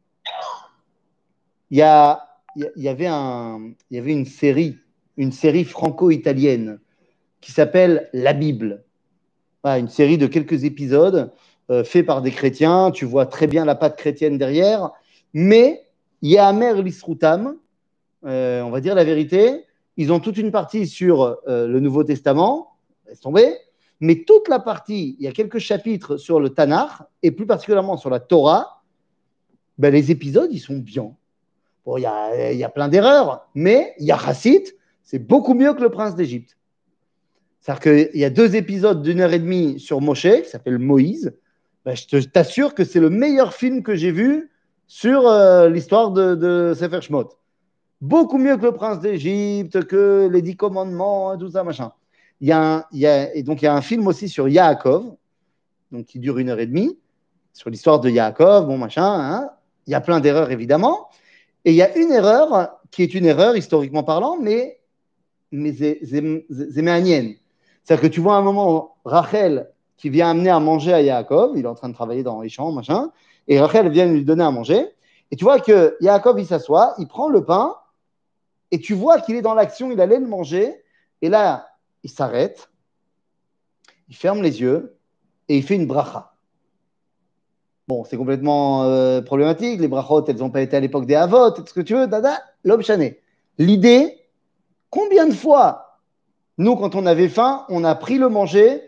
Il y a, il y avait une série franco-italienne qui s'appelle La Bible. Voilà, une série de quelques épisodes faits par des chrétiens. Tu vois très bien la patte chrétienne derrière. Mais Yahamer Lisrutam, on va dire la vérité, ils ont toute une partie sur le Nouveau Testament, laisse tomber, mais toute la partie, il y a quelques chapitres sur le Tanakh, et plus particulièrement sur la Torah, ben, les épisodes, ils sont bien. Bon, il y a plein d'erreurs, mais Yachassit, c'est beaucoup mieux que le prince d'Égypte. C'est-à-dire qu'il y a 2 épisodes d'1 heure et demie sur Moshe, qui s'appelle Moïse. Ben, je t'assure que c'est le meilleur film que j'ai vu sur l'histoire de Sefer Shemot. Beaucoup mieux que le prince d'Égypte, que les 10 commandements, tout ça, machin. Et donc, il y a un film aussi sur Yaakov, donc, qui dure 1 heure et demie, sur l'histoire de Yaakov, bon, machin. Hein. Il y a plein d'erreurs, évidemment. Et il y a une erreur qui est une erreur, historiquement parlant, mais zéméanienne. C'est-à-dire que tu vois à un moment Rachel qui vient amener à manger à Yaakov, il est en train de travailler dans les champs, machin, et Rachel vient lui donner à manger. Et tu vois que Yaakov, il s'assoit, il prend le pain, et tu vois qu'il est dans l'action, il allait le manger, et là, il s'arrête, il ferme les yeux, et il fait une bracha. Bon, c'est complètement problématique, les brachot, elles n'ont pas été à l'époque des Havot, tout ce que tu veux, dada, l'homme chané. L'idée, combien de fois, nous, quand on avait faim, on a pris le manger,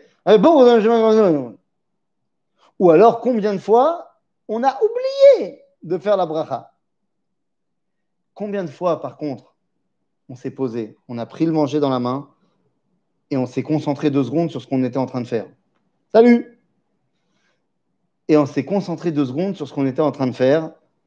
ou alors combien de fois, on a oublié de faire la bracha. Combien de fois, par contre, on s'est posé, on a pris le manger dans la main, et on s'est concentré 2 secondes sur ce qu'on était en train de faire. Salut! Et on s'est concentré 2 secondes sur ce qu'on était en train de faire.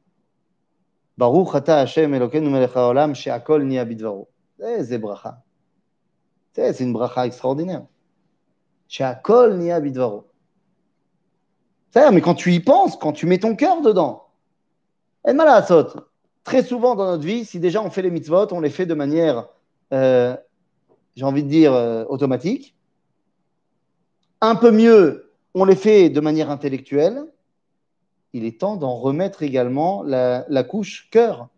Baruch ata Hashem Elokeinu melech haolam she'akol niya bidvaro. C'est bracha. C'est une bracha extraordinaire. She'akol niya bidvaro. C'est-à-dire, mais quand tu y penses, quand tu mets ton cœur dedans, et malasot, très souvent dans notre vie, si déjà on fait les mitzvot, on les fait de manière, j'ai envie de dire, automatique. Un peu mieux, on les fait de manière intellectuelle. Il est temps d'en remettre également la couche cœur.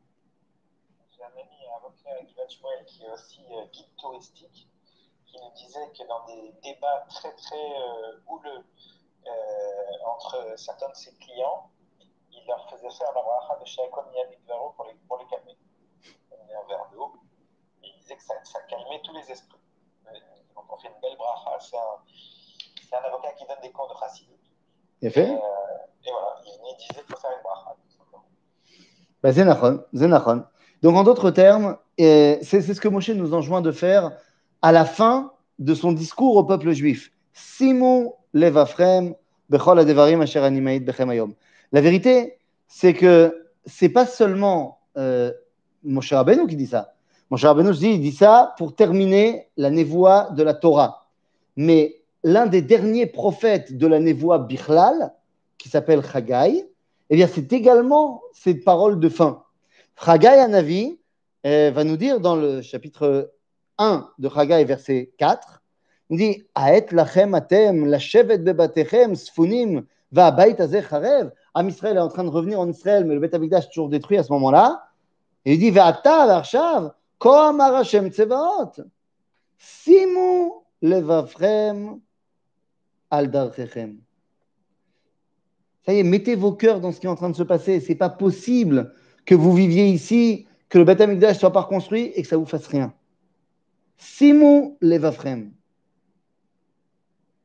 J'ai un ami, un avocat, Guillaume Shmuel, qui est aussi guide touristique, qui nous disait que dans des débats très très houleux entre certains de ses clients, il leur faisait faire la bracha de She'akol niya bidvaro pour les calmer. On met un verre d'eau, et il disait que ça calmait tous les esprits. Donc on fait une belle bracha. C'est un avocat qui donne des cours de chassidut. Il a fait et voilà, il disait qu'il faut faire une bracha. Bah, c'est nachon. Donc, en d'autres termes, c'est ce que Moshe nous enjoint de faire à la fin de son discours au peuple juif. Simu levafrem bechol hadevarim asher ani ma'id bechem hayom. La vérité, c'est que c'est pas seulement Moshe Rabbeinu qui dit ça. Moshe Rabbeinu il dit ça pour terminer la névoie de la Torah. Mais l'un des derniers prophètes de la névoie Bichlal, qui s'appelle Chagai, eh bien, c'est également cette parole de fin. Chagai Hanavi va nous dire dans le chapitre 1 de Chagai, verset 4, il dit Aet lachem atem lashevet bebatechem sfunim va'abayit hazeh charev. Am Israël est en train de revenir en Israël, mais le Beth Amikdash est toujours détruit à ce moment-là. Et il dit Ve'ata v'arshav ko amar Hashem tsevaot simu levavchem al darchechem. Ça y est, mettez vos cœurs dans ce qui est en train de se passer. Ce n'est pas possible que vous viviez ici, que le Beth Amikdash ne soit pas reconstruit et que ça ne vous fasse rien. Simu levavchem.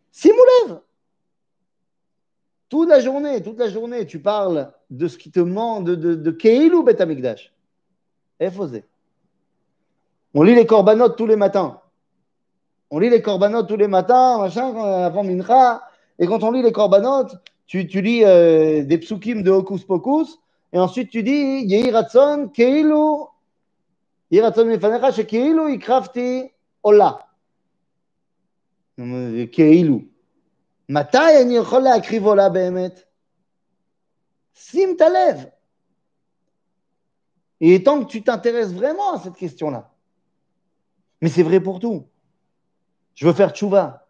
Simoulev. Toute la journée, tu parles de ce qui te manque, de Keilou Bet Amikdash. Efosé. On lit les corbanotes tous les matins. Machin, avant Mincha. Et quand on lit les corbanotes, tu lis des psukim de Hocus Pocus, et ensuite tu dis Yehi Ratson, Keilu, Yehi Ratson Mefanecha, Shekeilu, Ikrafti, Ola. Keilu. Matai ani yochol להקריב עולה באמת? שים ta lèvre. Et tant que tu t'intéresses vraiment à cette question-là. Mais c'est vrai pour tout. Je veux faire tchouva.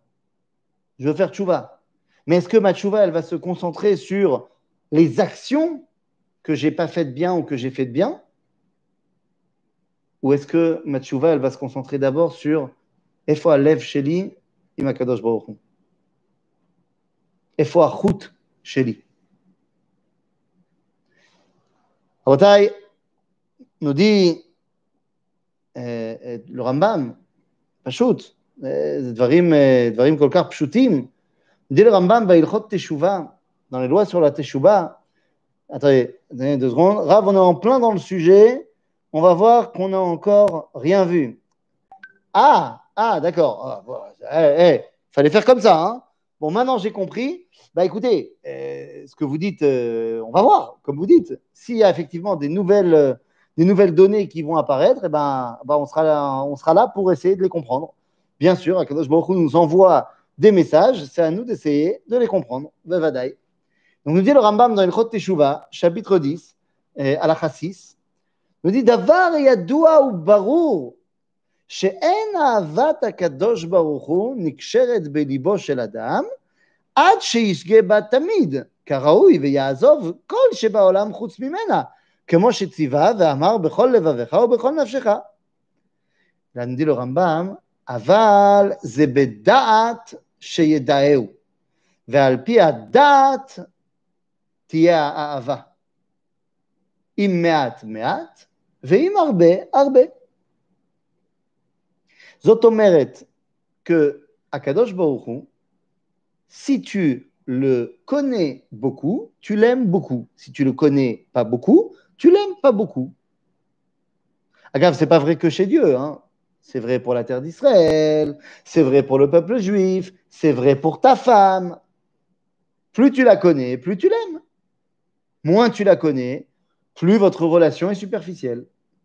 Mais est-ce que ma tchouva, elle va se concentrer sur les actions que j'ai pas faites bien ou que j'ai faites bien? Ou est-ce que ma tchouva, elle va se concentrer d'abord sur Efo Alev Sheli im HaKadosh Baruch Hu? Efo Achut Sheli? Rabotai, nous dit le Rambam, פשוט, זה דברים כל כך פשוטים. dit le Rambam, בהלכות תשובה, dans les lois sur la teshuva, attendez 2 secondes, Rav, on est en plein dans le sujet, on va voir qu'on n'a encore rien vu. D'accord, fallait faire comme ça, hein. Bon, maintenant j'ai compris. Bah écoutez, ce que vous dites, on va voir, comme vous dites, s'il y a effectivement des nouvelles données qui vont apparaître, on sera là pour essayer de les comprendre. Bien sûr, Akadosh Baruch Hu nous envoie des messages, c'est à nous d'essayer de les comprendre. Bevadaï. Donc nous dit le Rambam dans Ilchot Teshuvah, chapitre 10, Halakha 6, nous dit Davar yadua u barur she'en ahavat HaKadosh Baruch Hu niksheret belibo shel adam עד שישגה בה תמיד, כראוי ויעזוב כל שבעולם חוץ ממנה, כמו שציווה ואמר בכל לבבך ובכל נפשך. וענדי לו רמב"ם, אבל זה בדעת שידעהו, ועל פי הדעת תהיה האהבה. עם מעט מעט, ועם הרבה הרבה. זאת אומרת, שהקדוש ברוך הוא, si tu le connais beaucoup, tu l'aimes beaucoup. Si tu le connais pas beaucoup, tu l'aimes pas beaucoup. Agave, c'est pas vrai que chez Dieu, hein. C'est vrai pour la terre d'Israël, c'est vrai pour le peuple juif, c'est vrai pour ta femme. Plus tu la connais, plus tu l'aimes. Moins tu la connais, plus votre relation est superficielle.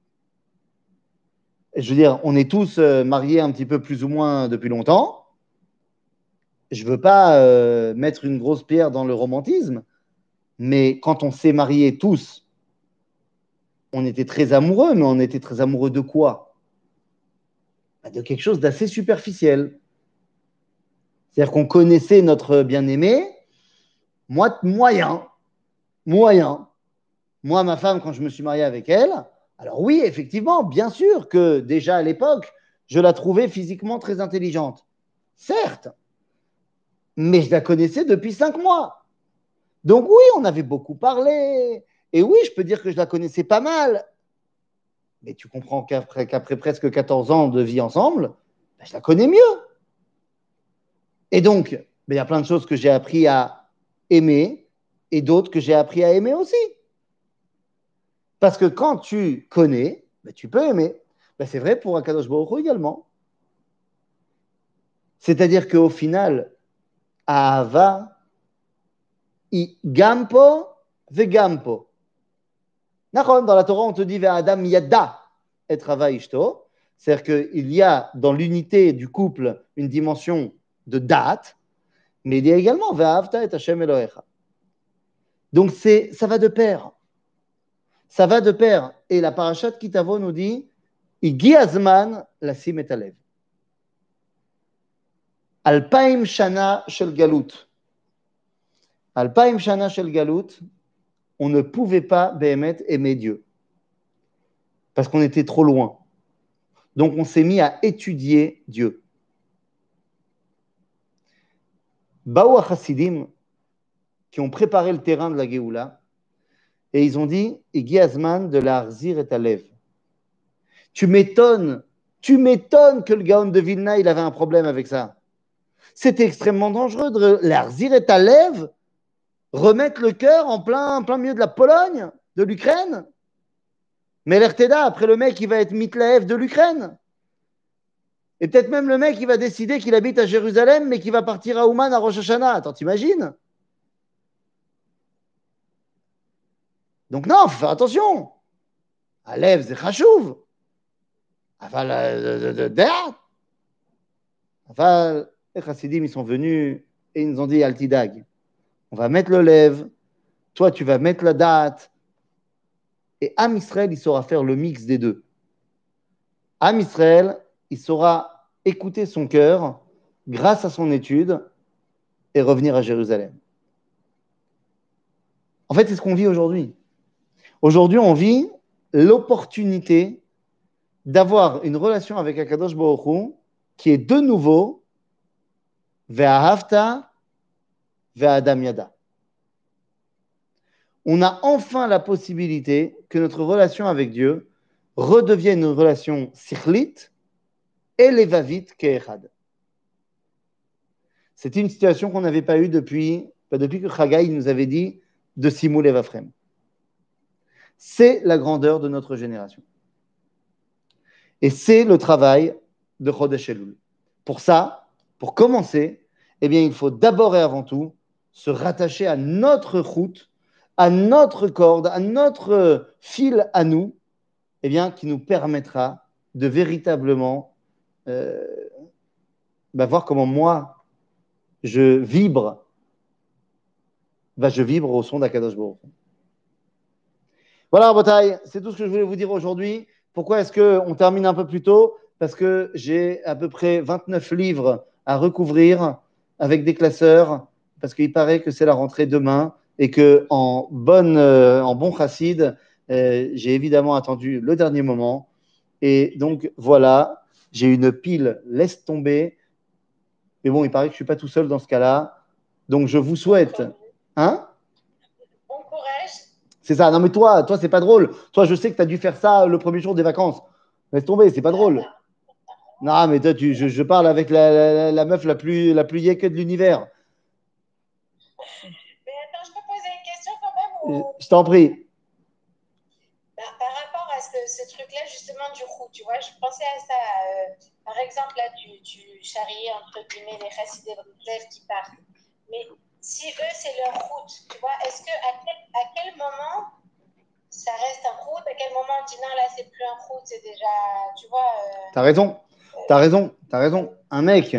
Et je veux dire, on est tous mariés un petit peu plus ou moins depuis longtemps. Je ne veux pas mettre une grosse pierre dans le romantisme, mais quand on s'est mariés tous, on était très amoureux, mais on était très amoureux de quoi? De quelque chose d'assez superficiel. C'est-à-dire qu'on connaissait notre bien-aimé, moyen. Moi, ma femme, quand je me suis marié avec elle, alors oui, effectivement, bien sûr que déjà à l'époque, je la trouvais physiquement très intelligente. Certes, mais je la connaissais depuis 5 mois. Donc oui, on avait beaucoup parlé. Et oui, je peux dire que je la connaissais pas mal. Mais tu comprends qu'après presque 14 ans de vie ensemble, je la connais mieux. Et donc, il y a plein de choses que j'ai appris à aimer et d'autres que j'ai appris à aimer aussi. Parce que quand tu connais, tu peux aimer. C'est vrai pour Akadosh Baruch Hu également. C'est-à-dire qu'au final, Ahava, Gampo, Vegampo. Dans la Torah, on te dit Adam Yada et Rava Ishto. C'est-à-dire qu'il y a dans l'unité du couple une dimension de date, mais il y a également Ve'ahavta et Hashem Elohecha. Donc ça va de pair. Ça va de pair. Et la parashat Kitavo nous dit Igi Azman Lasim et Alev. Alpaim Shana Shel Galut. Alpaim Shana Shel Galut, on ne pouvait pas Béhémet aimer Dieu. Parce qu'on était trop loin. Donc on s'est mis à étudier Dieu. Baou Chassidim, qui ont préparé le terrain de la Géoula, et ils ont dit Igi Azman de la Arzir et Alev. Tu m'étonnes que le Gaon de Vilna, il avait un problème avec ça. C'était extrêmement dangereux de l'Arzir et Talev, remettre le cœur en plein milieu de la Pologne, de l'Ukraine. Mais l'Erteda, après le mec, il va être Mitlaev de l'Ukraine. Et peut-être même le mec, il va décider qu'il habite à Jérusalem, mais qu'il va partir à Ouman, à Rosh Hashanah. Attends, t'imagines? Donc non, il faut faire attention. Alev, c'est chachouv. Enfin, les chassidim, ils sont venus et ils nous ont dit, Altidag, on va mettre le lève, toi, tu vas mettre la date. Et Am Israël, il saura faire le mix des deux. Am Israël, il saura écouter son cœur grâce à son étude et revenir à Jérusalem. En fait, c'est ce qu'on vit aujourd'hui. Aujourd'hui, on vit l'opportunité d'avoir une relation avec Akadosh Baruch Hu qui est de nouveau Ve'ahavta ve'adam yada. On a enfin la possibilité que notre relation avec Dieu redevienne une relation sikhlit et levavit ke'echad. C'était une situation qu'on n'avait pas eue depuis que Chagai nous avait dit de Simou Levafrem. C'est la grandeur de notre génération. Et c'est le travail de Chodesh Elul. Pour ça, pour commencer, eh bien, il faut d'abord et avant tout se rattacher à notre route, à notre corde, à notre fil à nous, eh bien, qui nous permettra de véritablement voir comment moi, je vibre au son d'Akadosh Baruch Hu. Voilà, Rabotai, c'est tout ce que je voulais vous dire aujourd'hui. Pourquoi est-ce qu'on termine un peu plus tôt? Parce que j'ai à peu près 29 livres à recouvrir avec des classeurs, parce qu'il paraît que c'est la rentrée demain et qu'en bon chassid, j'ai évidemment attendu le dernier moment. Et donc, voilà, j'ai une pile, laisse tomber. Mais bon, il paraît que je ne suis pas tout seul dans ce cas-là. Donc, je vous souhaite... Hein? Bon courage. C'est ça. Non, mais toi, c'est pas drôle. Toi, je sais que tu as dû faire ça le premier jour des vacances. Laisse tomber, c'est pas drôle. Non, mais toi, je parle avec la meuf la plus yéque de l'univers. Mais attends, je peux poser une question quand même Je t'en prie. Par rapport à ce truc-là, justement, du roux, tu vois, je pensais à ça. Par exemple, là, tu charries, entre guillemets, les chassidés Britzel qui partent. Mais si eux, c'est leur route, tu vois, est-ce que à quel moment ça reste un route? À quel moment on dit non, là, c'est plus un route, c'est déjà, tu vois. T'as raison. Un mec,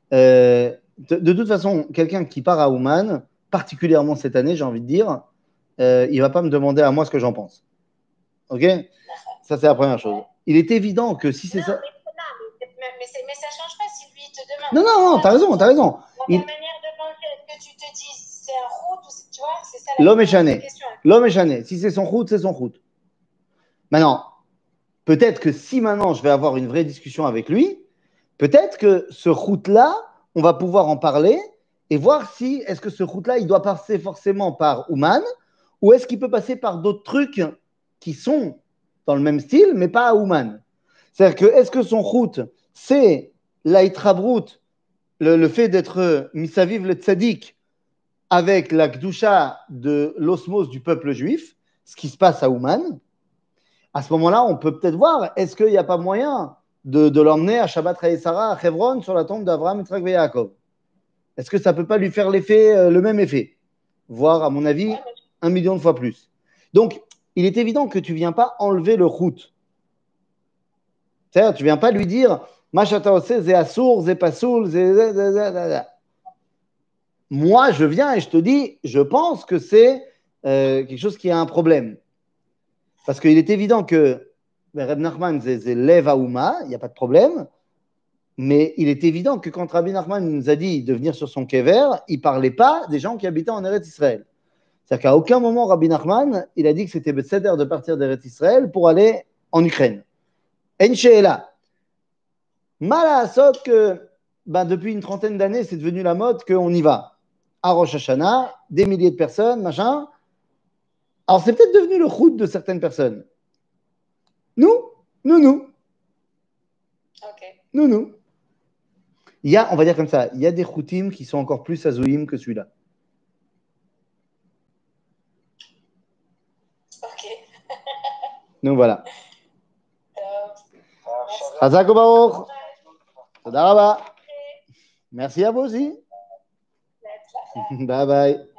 de toute façon, quelqu'un qui part à Ouman, particulièrement cette année, j'ai envie de dire, il va pas me demander à moi ce que j'en pense. Ok? Ça, c'est la première chose. Ouais. Il est évident que si c'est ça. Mais ça change pas si lui il te demande. Non, t'as raison. Dans ta manière de penser, est-ce que tu te dis c'est un route ou tu vois, c'est ça la question. L'homme est chané. Si c'est son route, c'est son route. Maintenant, peut-être que si maintenant je vais avoir une vraie discussion avec lui, peut-être que ce route-là, on va pouvoir en parler et voir si est-ce que ce route-là, il doit passer forcément par Ouman ou est-ce qu'il peut passer par d'autres trucs qui sont dans le même style, mais pas à Ouman. C'est-à-dire que est-ce que son route, c'est l'Aïtrabrut, le fait d'être misaviv le tzaddik avec la Gdusha de l'osmose du peuple juif, ce qui se passe à Ouman. À ce moment-là, on peut peut-être voir, est-ce qu'il n'y a pas moyen de l'emmener à Shabbat Sarah à Hebron sur la tombe d'Abraham, Yitzhak et Yaakov? Est-ce que ça ne peut pas lui faire le même effet? Voire, à mon avis, 1 million de fois plus. Donc, il est évident que tu ne viens pas enlever le route. C'est-à-dire, tu ne viens pas lui dire Machata ose, zé assour, zé pasoul, zé. Moi, je viens et je te dis, je pense que c'est quelque chose qui a un problème. Parce qu'il est évident que Reb Nachman, c'est Lev Aouma, il n'y a pas de problème. Mais il est évident que quand Rabbi Nachman nous a dit de venir sur son kever, il ne parlait pas des gens qui habitaient en Eretz Israël. C'est-à-dire qu'à aucun moment, Rabbi Nachman, il a dit que c'était Besséder de partir d'Eretz Israël pour aller en Ukraine. En she'ela. Mal à Assot que depuis une trentaine d'années, c'est devenu la mode qu'on y va. À Rosh Hashanah, des milliers de personnes, machin. Alors, c'est peut-être devenu le route de certaines personnes. Nous. Okay. Nous. Il y a, on va dire comme ça, il y a des choutim qui sont encore plus azouim que celui-là. Ok. Donc voilà. Merci. Chazak Baruch. Courage. Toda raba. Merci à vous aussi. Bye bye.